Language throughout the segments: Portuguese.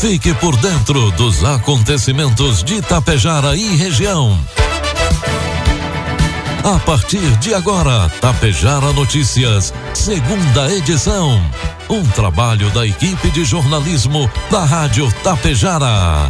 Fique por dentro dos acontecimentos de Tapejara e região. A partir de agora, Tapejara Notícias, segunda edição. Um trabalho da equipe de jornalismo da Rádio Tapejara.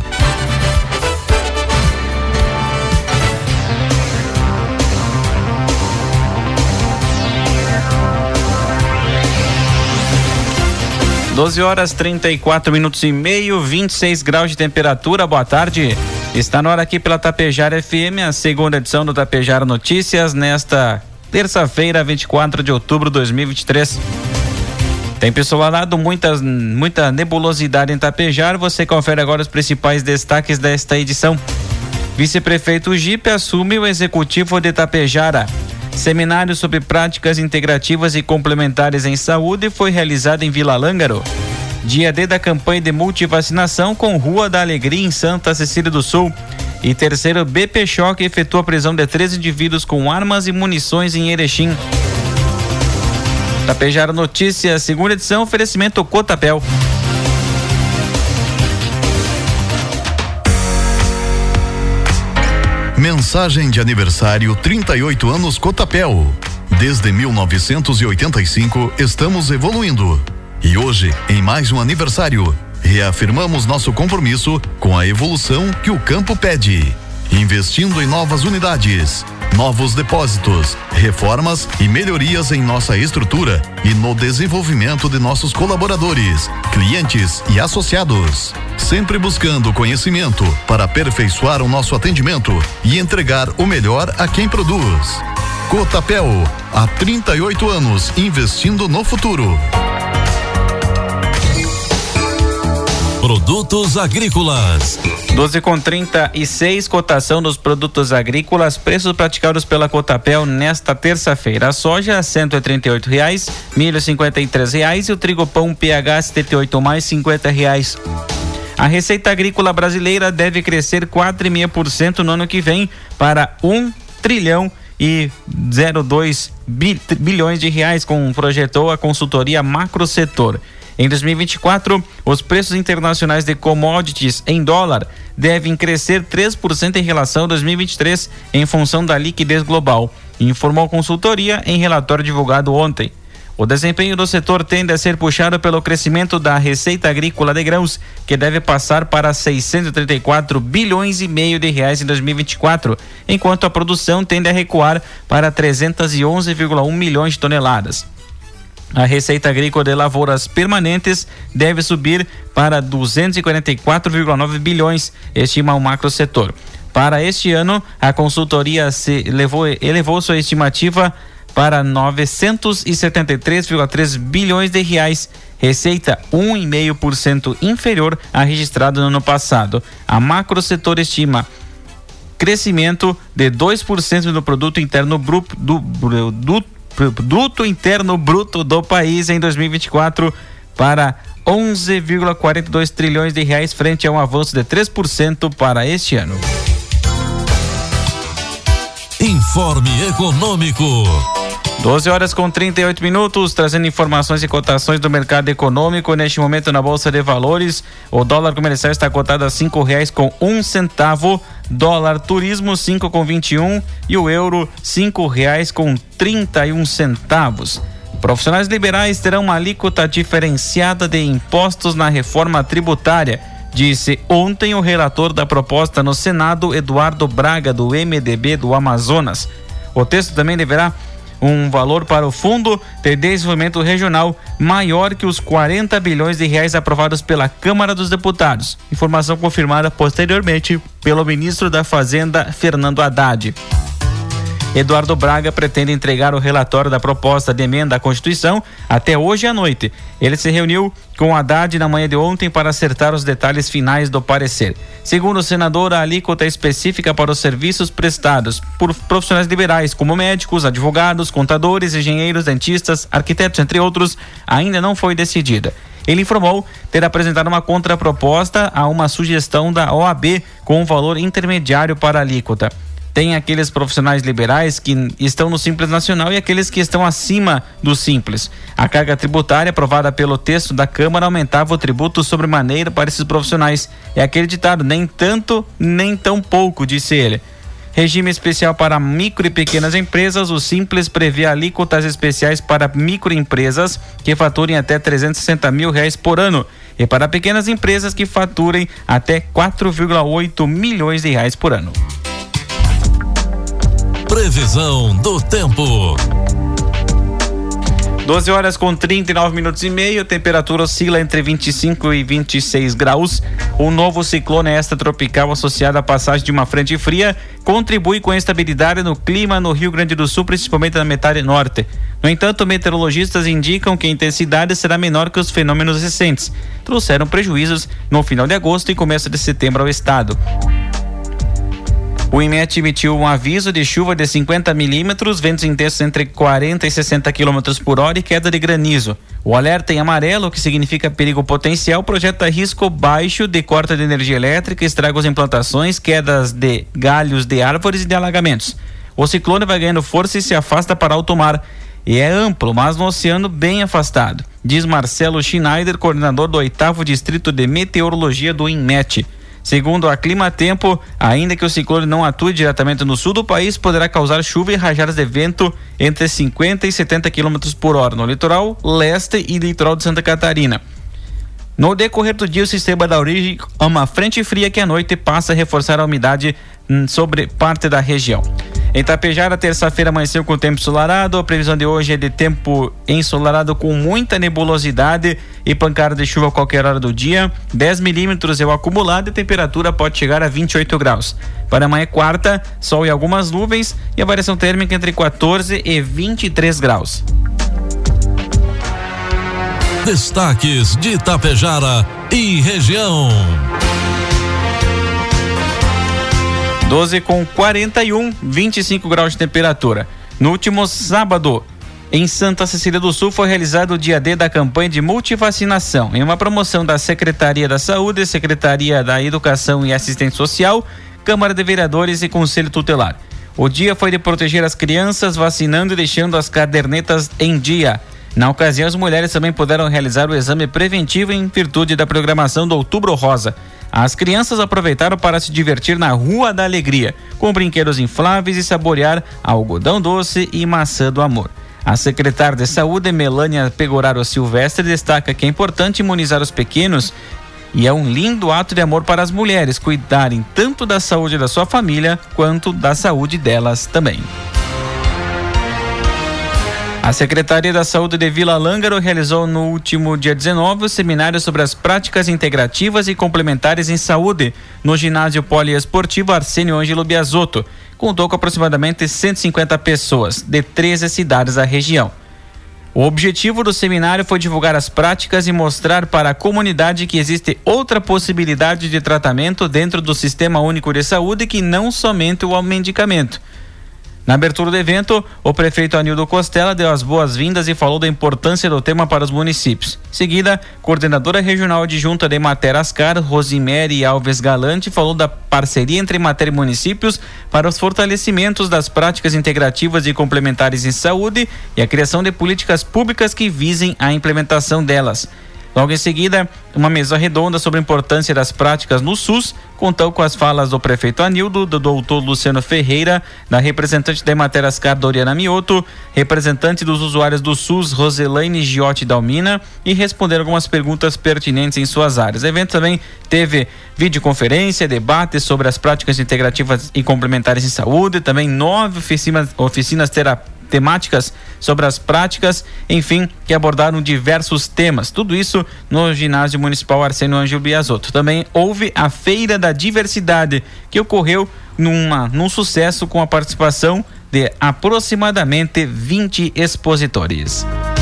Doze horas 34 minutos e meio, 26 graus de temperatura. Boa tarde. Está na hora aqui pela Tapejara FM, a segunda edição do Tapejara Notícias, nesta terça-feira, 24 de outubro de 2023. Tempo ensolarado, muita nebulosidade em Tapejara. Você confere agora os principais destaques desta edição. Vice-prefeito Gipe assume o executivo de Tapejara. Seminário sobre práticas integrativas e complementares em saúde foi realizado em Vila Lângaro. Dia D da campanha de multivacinação com Rua da Alegria em Santa Cecília do Sul. E terceiro, BP Choque efetua a prisão de 3 indivíduos com armas e munições em Erechim. Tapejara Notícias, segunda edição, oferecimento Cotapel. Mensagem de aniversário 38 anos Cotapel. Desde 1985 estamos evoluindo. E hoje, em mais um aniversário, reafirmamos nosso compromisso com a evolução que o campo pede. Investindo em novas unidades, novos depósitos, reformas e melhorias em nossa estrutura e no desenvolvimento de nossos colaboradores, clientes e associados. Sempre buscando conhecimento para aperfeiçoar o nosso atendimento e entregar o melhor a quem produz. Cotapel, há 38 anos investindo no futuro. Produtos agrícolas. 12,36, cotação dos produtos agrícolas, preços praticados pela Cotapel nesta terça-feira. A soja R$138, milho R$53 e o trigo pão PH 78 mais R$50. A receita agrícola brasileira deve crescer 4,5% no ano que vem para 1 trilhão e 0,2 bilhões de reais, como projetou a consultoria Macrosetor. Em 2024, os preços internacionais de commodities em dólar devem crescer 3% em relação a 2023, em função da liquidez global, informou a consultoria em relatório divulgado ontem. O desempenho do setor tende a ser puxado pelo crescimento da receita agrícola de grãos, que deve passar para 634 bilhões e meio de reais em 2024, enquanto a produção tende a recuar para 311,1 milhões de toneladas. A receita agrícola de lavouras permanentes deve subir para 244,9 bilhões, estima o Macrosetor. Para este ano, a consultoria elevou sua estimativa para 973,3 bilhões de reais, receita 1,5% inferior à registrada no ano passado. A Macrosetor estima crescimento de 2% do produto interno bruto do país em 2024 para 11,42 trilhões de reais, frente a um avanço de 3% para este ano. Informe Econômico. 12 horas com 38 minutos, trazendo informações e cotações do mercado econômico. Neste momento, na Bolsa de Valores, o dólar comercial está cotado a R$5,01, dólar turismo 5,21 e o euro R$5,31. Profissionais liberais terão uma alíquota diferenciada de impostos na reforma tributária, disse ontem o relator da proposta no Senado, Eduardo Braga, do MDB do Amazonas. O texto também deverá um valor para o Fundo de Desenvolvimento Regional maior que os 40 bilhões de reais aprovados pela Câmara dos Deputados. Informação confirmada posteriormente pelo ministro da Fazenda, Fernando Haddad. Eduardo Braga pretende entregar o relatório da proposta de emenda à Constituição até hoje à noite. Ele se reuniu com Haddad na manhã de ontem para acertar os detalhes finais do parecer. Segundo o senador, a alíquota específica para os serviços prestados por profissionais liberais, como médicos, advogados, contadores, engenheiros, dentistas, arquitetos, entre outros, ainda não foi decidida. Ele informou ter apresentado uma contraproposta a uma sugestão da OAB com um valor intermediário para a alíquota. Tem aqueles profissionais liberais que estão no Simples Nacional e aqueles que estão acima do Simples. A carga tributária aprovada pelo texto da Câmara aumentava o tributo sobremaneira para esses profissionais. É aquele ditado, nem tanto, nem tão pouco, disse ele. Regime especial para micro e pequenas empresas, o Simples prevê alíquotas especiais para microempresas que faturem até R$360 mil por ano e para pequenas empresas que faturem até R$4,8 milhões por ano. Previsão do tempo. 12 horas com 39 minutos e meio, temperatura oscila entre 25 e 26 graus. O novo ciclone extratropical associado à passagem de uma frente fria contribui com a instabilidade no clima no Rio Grande do Sul, principalmente na metade norte. No entanto, meteorologistas indicam que a intensidade será menor que os fenômenos recentes. Trouxeram prejuízos no final de agosto e começo de setembro ao estado. O IMET emitiu um aviso de chuva de 50 milímetros, ventos intensos entre 40 e 60 km por hora e queda de granizo. O alerta em amarelo, que significa perigo potencial, projeta risco baixo de corte de energia elétrica, estragos em plantações, quedas de galhos de árvores e de alagamentos. O ciclone vai ganhando força e se afasta para alto mar. E é amplo, mas no oceano bem afastado, diz Marcelo Schneider, coordenador do 8º Distrito de Meteorologia do INMET. Segundo a Climatempo, ainda que o ciclone não atue diretamente no sul do país, poderá causar chuva e rajadas de vento entre 50 e 70 km por hora no litoral leste e litoral de Santa Catarina. No decorrer do dia, o sistema dá origem a uma frente fria que à noite passa a reforçar a umidade sobre parte da região. Em Tapejara, terça-feira amanheceu com tempo ensolarado. A previsão de hoje é de tempo ensolarado com muita nebulosidade e pancada de chuva a qualquer hora do dia. 10 milímetros é o acumulado e a temperatura pode chegar a 28 graus. Para amanhã, quarta, sol e algumas nuvens e a variação térmica entre 14 e 23 graus. Destaques de Itapejara e região. 12 com 41, 25 graus de temperatura. No último sábado, em Santa Cecília do Sul, foi realizado o dia D da campanha de multivacinação, em uma promoção da Secretaria da Saúde, Secretaria da Educação e Assistência Social, Câmara de Vereadores e Conselho Tutelar. O dia foi de proteger as crianças, vacinando e deixando as cadernetas em dia. Na ocasião, as mulheres também puderam realizar o exame preventivo em virtude da programação do Outubro Rosa. As crianças aproveitaram para se divertir na Rua da Alegria, com brinquedos infláveis e saborear algodão doce e maçã do amor. A secretária de Saúde, Melânia Pegoraro Silvestre, destaca que é importante imunizar os pequenos e é um lindo ato de amor para as mulheres cuidarem tanto da saúde da sua família quanto da saúde delas também. A Secretaria da Saúde de Vila Lângaro realizou no último dia 19 o seminário sobre as práticas integrativas e complementares em saúde no ginásio poliesportivo Arsênio Ângelo Biasotto. Contou com aproximadamente 150 pessoas de 13 cidades da região. O objetivo do seminário foi divulgar as práticas e mostrar para a comunidade que existe outra possibilidade de tratamento dentro do Sistema Único de Saúde que não somente o medicamento. Na abertura do evento, o prefeito Anildo Costela deu as boas-vindas e falou da importância do tema para os municípios. Em seguida, coordenadora regional adjunta de Emater Ascar, Rosimere Alves Galante, falou da parceria entre Emater e municípios para os fortalecimentos das práticas integrativas e complementares em saúde e a criação de políticas públicas que visem a implementação delas. Logo em seguida, uma mesa redonda sobre a importância das práticas no SUS contou com as falas do prefeito Anildo, do doutor Luciano Ferreira, da representante da Emater Ascar, Doriana Mioto, representante dos usuários do SUS, Roselaine Giotti Dalmina, e responderam algumas perguntas pertinentes em suas áreas. O evento também teve videoconferência, debate sobre as práticas integrativas e complementares em saúde, também 9 oficinas temáticas sobre as práticas, enfim, que abordaram diversos temas. Tudo isso no ginásio municipal Arsênio Ângelo Biasotto. Também houve a Feira da Diversidade, que ocorreu num sucesso com a participação de aproximadamente 20 expositores.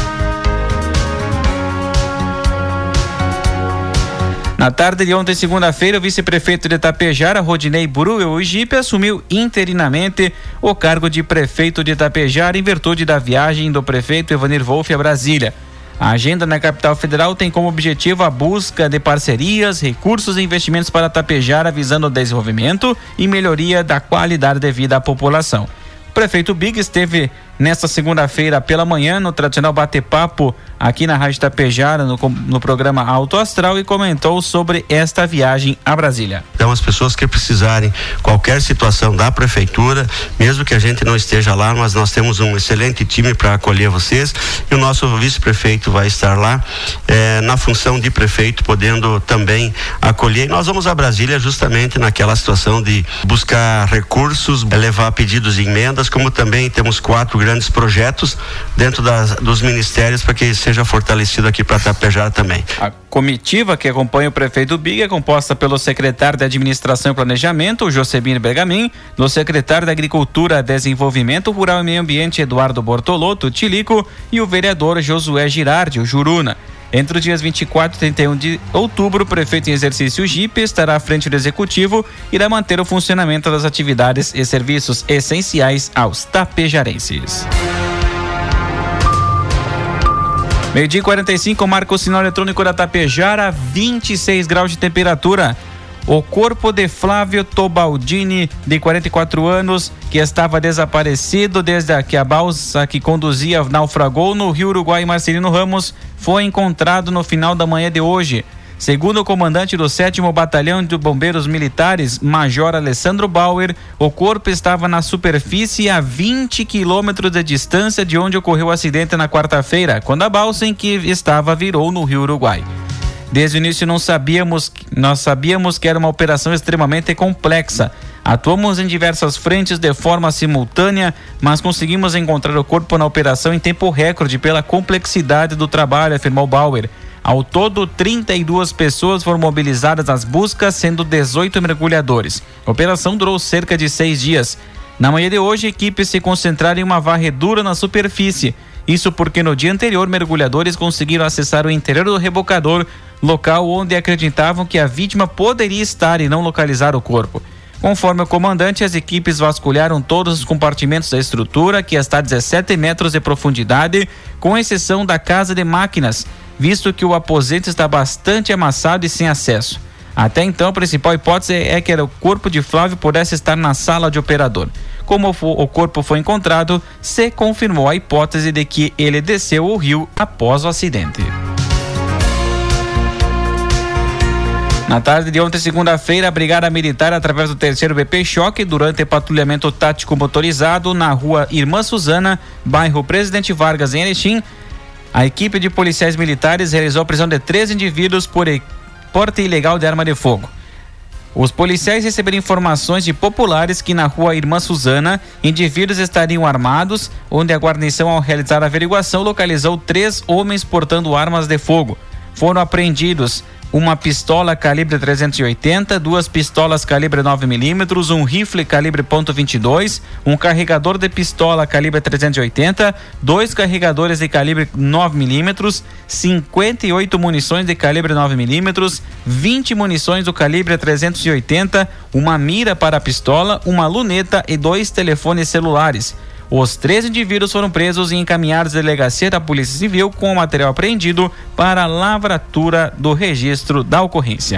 Na tarde de ontem, segunda-feira, o vice-prefeito de Itapejara, Rodinei Bruel Igipe, assumiu interinamente o cargo de prefeito de Itapejara em virtude da viagem do prefeito Evanir Wolff a Brasília. A agenda na capital federal tem como objetivo a busca de parcerias, recursos e investimentos para Tapejara, visando o desenvolvimento e melhoria da qualidade de vida à população. O prefeito Big esteve nesta segunda-feira pela manhã no tradicional bate-papo aqui na Rádio Tapejara, no programa Alto Astral, e comentou sobre esta viagem a Brasília. Então, as pessoas que precisarem qualquer situação da prefeitura, mesmo que a gente não esteja lá, mas nós temos um excelente time para acolher vocês, e o nosso vice-prefeito vai estar lá na função de prefeito, podendo também acolher. E nós vamos a Brasília justamente naquela situação de buscar recursos, levar pedidos de emendas, como também temos 4 grandes projetos dentro dos ministérios para que seja fortalecido aqui para Tapejara também. A comitiva que acompanha o prefeito Big é composta pelo secretário de Administração e Planejamento, Josebino Bergamin, do secretário de Agricultura, Desenvolvimento Rural e Meio Ambiente, Eduardo Bortolotto, Tilico, e o vereador Josué Girardi, o Juruna. Entre os dias 24 e 31 de outubro, o prefeito em exercício Gipe estará à frente do executivo e irá manter o funcionamento das atividades e serviços essenciais aos tapejarenses. 12h45, marca o sinal eletrônico da Tapejara, 26 graus de temperatura. O corpo de Flávio Tobaldini, de 44 anos, que estava desaparecido desde que a balsa que conduzia naufragou no Rio Uruguai Marcelino Ramos, foi encontrado no final da manhã de hoje. Segundo o comandante do 7º Batalhão de Bombeiros Militares, Major Alessandro Bauer, o corpo estava na superfície a 20 quilômetros de distância de onde ocorreu o acidente na quarta-feira, quando a balsa em que estava virou no Rio Uruguai. Desde o início nós sabíamos que era uma operação extremamente complexa. Atuamos em diversas frentes de forma simultânea, mas conseguimos encontrar o corpo na operação em tempo recorde pela complexidade do trabalho, afirmou Bauer. Ao todo, 32 pessoas foram mobilizadas nas buscas, sendo 18 mergulhadores. A operação durou cerca de 6 dias. Na manhã de hoje, a equipe se concentraram em uma varredura na superfície. Isso porque no dia anterior, mergulhadores conseguiram acessar o interior do rebocador, local onde acreditavam que a vítima poderia estar e não localizar o corpo. Conforme o comandante, as equipes vasculharam todos os compartimentos da estrutura, que está a 17 metros de profundidade, com exceção da casa de máquinas, visto que o aposento está bastante amassado e sem acesso. Até então, a principal hipótese é que o corpo de Flávio pudesse estar na sala de operador. Como o corpo foi encontrado, se confirmou a hipótese de que ele desceu o rio após o acidente. Na tarde de ontem, segunda-feira, a Brigada Militar, através do 3º BP Choque, durante patrulhamento tático motorizado na rua Irmã Suzana, bairro Presidente Vargas, em Erechim, a equipe de policiais militares realizou a prisão de 3 indivíduos por porte ilegal de arma de fogo. Os policiais receberam informações de populares que na rua Irmã Suzana, indivíduos estariam armados, onde a guarnição, ao realizar a averiguação, localizou 3 homens portando armas de fogo. Foram apreendidos uma pistola calibre 380, 2 pistolas calibre 9mm, um rifle calibre .22, um carregador de pistola calibre 380, 2 carregadores de calibre 9mm, 58 munições de calibre 9mm, 20 munições do calibre 380, uma mira para a pistola, uma luneta e 2 telefones celulares. Os 3 indivíduos foram presos e encaminhados à delegacia da Polícia Civil com o material apreendido para a lavratura do registro da ocorrência.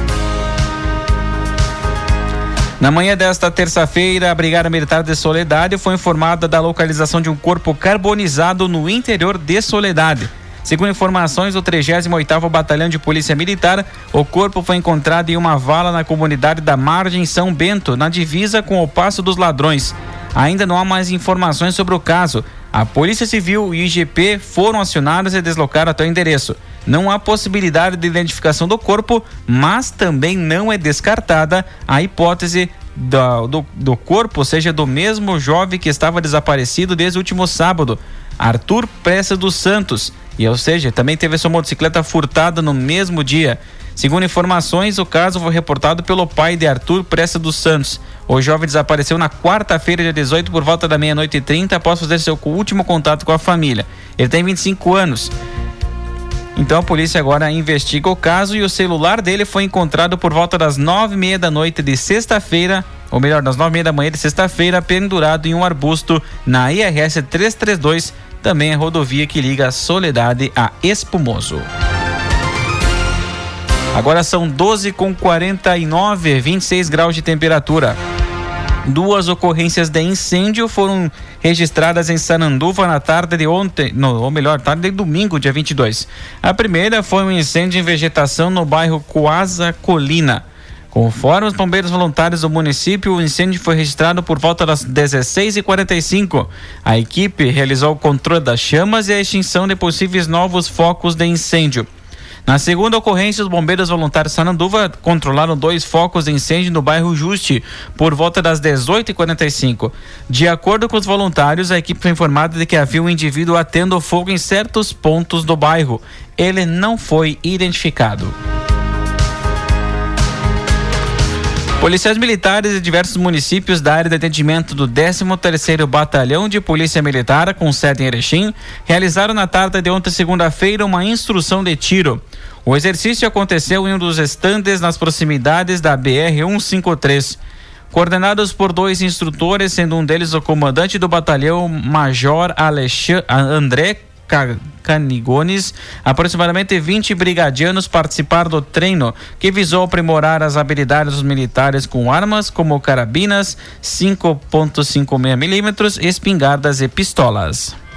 Na manhã desta terça-feira, a Brigada Militar de Soledade foi informada da localização de um corpo carbonizado no interior de Soledade. Segundo informações do 38º Batalhão de Polícia Militar, o corpo foi encontrado em uma vala na comunidade da Margem São Bento, na divisa com o Passo dos Ladrões. Ainda não há mais informações sobre o caso. A Polícia Civil e o IGP foram acionados e deslocaram até o endereço. Não há possibilidade de identificação do corpo, mas também não é descartada a hipótese do corpo seja do mesmo jovem que estava desaparecido desde o último sábado, Arthur Pressa dos Santos, e ou seja, também teve sua motocicleta furtada no mesmo dia. Segundo informações, o caso foi reportado pelo pai de Arthur Pressa dos Santos. O jovem desapareceu na quarta-feira, dia 18, por volta da 00h30, após fazer seu último contato com a família. Ele tem 25 anos. Então a polícia agora investiga o caso e o celular dele foi encontrado por volta das 9h30 da noite de sexta-feira, ou melhor, das 9h30 da manhã de sexta-feira, pendurado em um arbusto na IRS 332, também a rodovia que liga a Soledade a Espumoso. Agora são 12:49, 26 graus de temperatura. 2 ocorrências de incêndio foram registradas em Sananduva na tarde de ontem, tarde de domingo, dia 22. A primeira foi um incêndio em vegetação no bairro Coasa Colina. Conforme os bombeiros voluntários do município, o incêndio foi registrado por volta das 16h45. A equipe realizou o controle das chamas e a extinção de possíveis novos focos de incêndio. Na segunda ocorrência, os bombeiros voluntários Sananduva controlaram 2 focos de incêndio no bairro Juste por volta das 18h45. De acordo com os voluntários, a equipe foi informada de que havia um indivíduo atendo fogo em certos pontos do bairro. Ele não foi identificado. Policiais militares de diversos municípios da área de atendimento do 13º Batalhão de Polícia Militar, com sede em Erechim, realizaram na tarde de ontem, segunda-feira, uma instrução de tiro. O exercício aconteceu em um dos estandes nas proximidades da BR-153. Coordenados por 2 instrutores, sendo um deles o comandante do batalhão, Major André Canigones, aproximadamente 20 brigadianos participaram do treino, que visou aprimorar as habilidades dos militares com armas como carabinas, 5.56 mm, espingardas e pistolas.